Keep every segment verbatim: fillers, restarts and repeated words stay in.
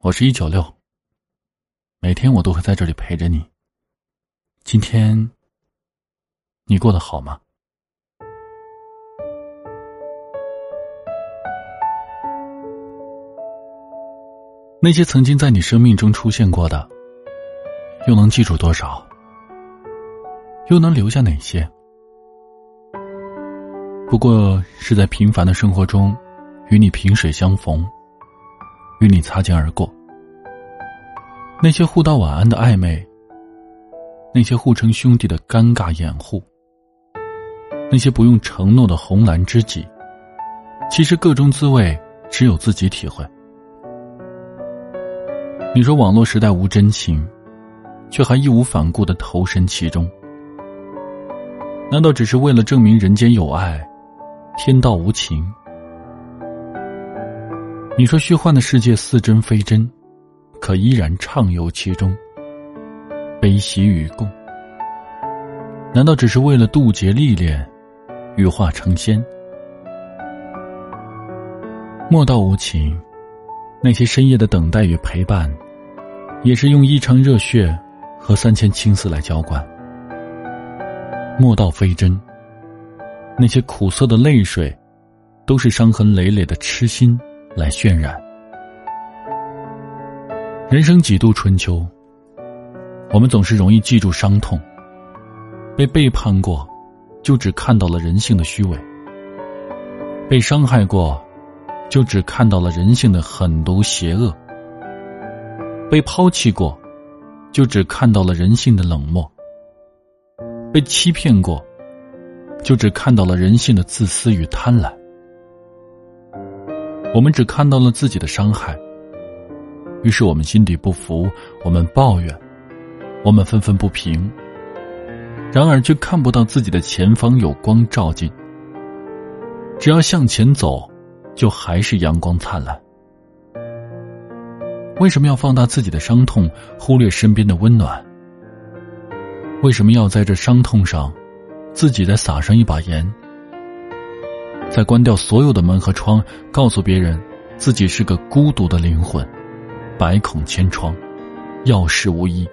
我是一九六，每天我都会在这里陪着你。今天你过得好吗？那些曾经在你生命中出现过的，又能记住多少？又能留下哪些？不过是在平凡的生活中与你萍水相逢，与你擦肩而过。那些互道晚安的暧昧，那些互称兄弟的尴尬掩护，那些不用承诺的红蓝知己，其实各种滋味只有自己体会。你说网络时代无真情，却还义无反顾地投身其中，难道只是为了证明人间有爱，天道无情？你说虚幻的世界似真非真，可依然畅游其中，悲喜与共，难道只是为了渡劫历练，羽化成仙？莫道无情，那些深夜的等待与陪伴，也是用一场热血和三千青丝来浇灌。莫道非真，那些苦涩的泪水，都是伤痕累累的痴心来渲染。人生几度春秋，我们总是容易记住伤痛，被背叛过，就只看到了人性的虚伪；被伤害过，就只看到了人性的狠毒邪恶；被抛弃过，就只看到了人性的冷漠；被欺骗过，就只看到了人性的自私与贪婪。我们只看到了自己的伤害，于是我们心底不服，我们抱怨，我们愤愤不平，然而却看不到自己的前方有光照进。只要向前走，就还是阳光灿烂。为什么要放大自己的伤痛，忽略身边的温暖？为什么要在这伤痛上自己再撒上一把盐，再关掉所有的门和窗，告诉别人自己是个孤独的灵魂，百孔千疮，药石无医？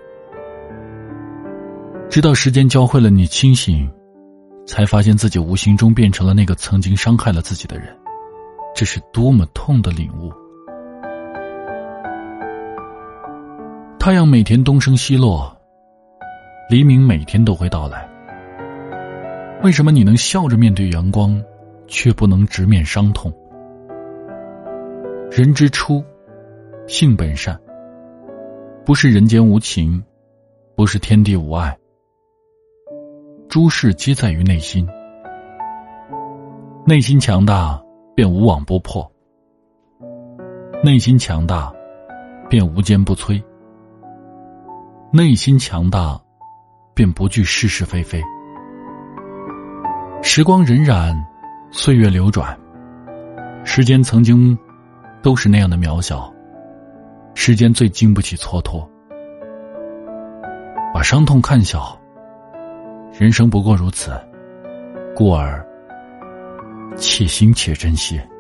直到时间教会了你清醒，才发现自己无形中变成了那个曾经伤害了自己的人，这是多么痛的领悟。太阳每天东升西落，黎明每天都会到来。为什么你能笑着面对阳光，却不能直面伤痛？人之初，性本善，不是人间无情，不是天地无爱，诸事皆在于内心。内心强大，便无往不破；内心强大，便无坚不摧；内心强大，便不惧是是非非。时光荏苒，岁月流转，时间曾经都是那样的渺小，时间最经不起蹉跎。把伤痛看小，人生不过如此，故而且行且珍惜。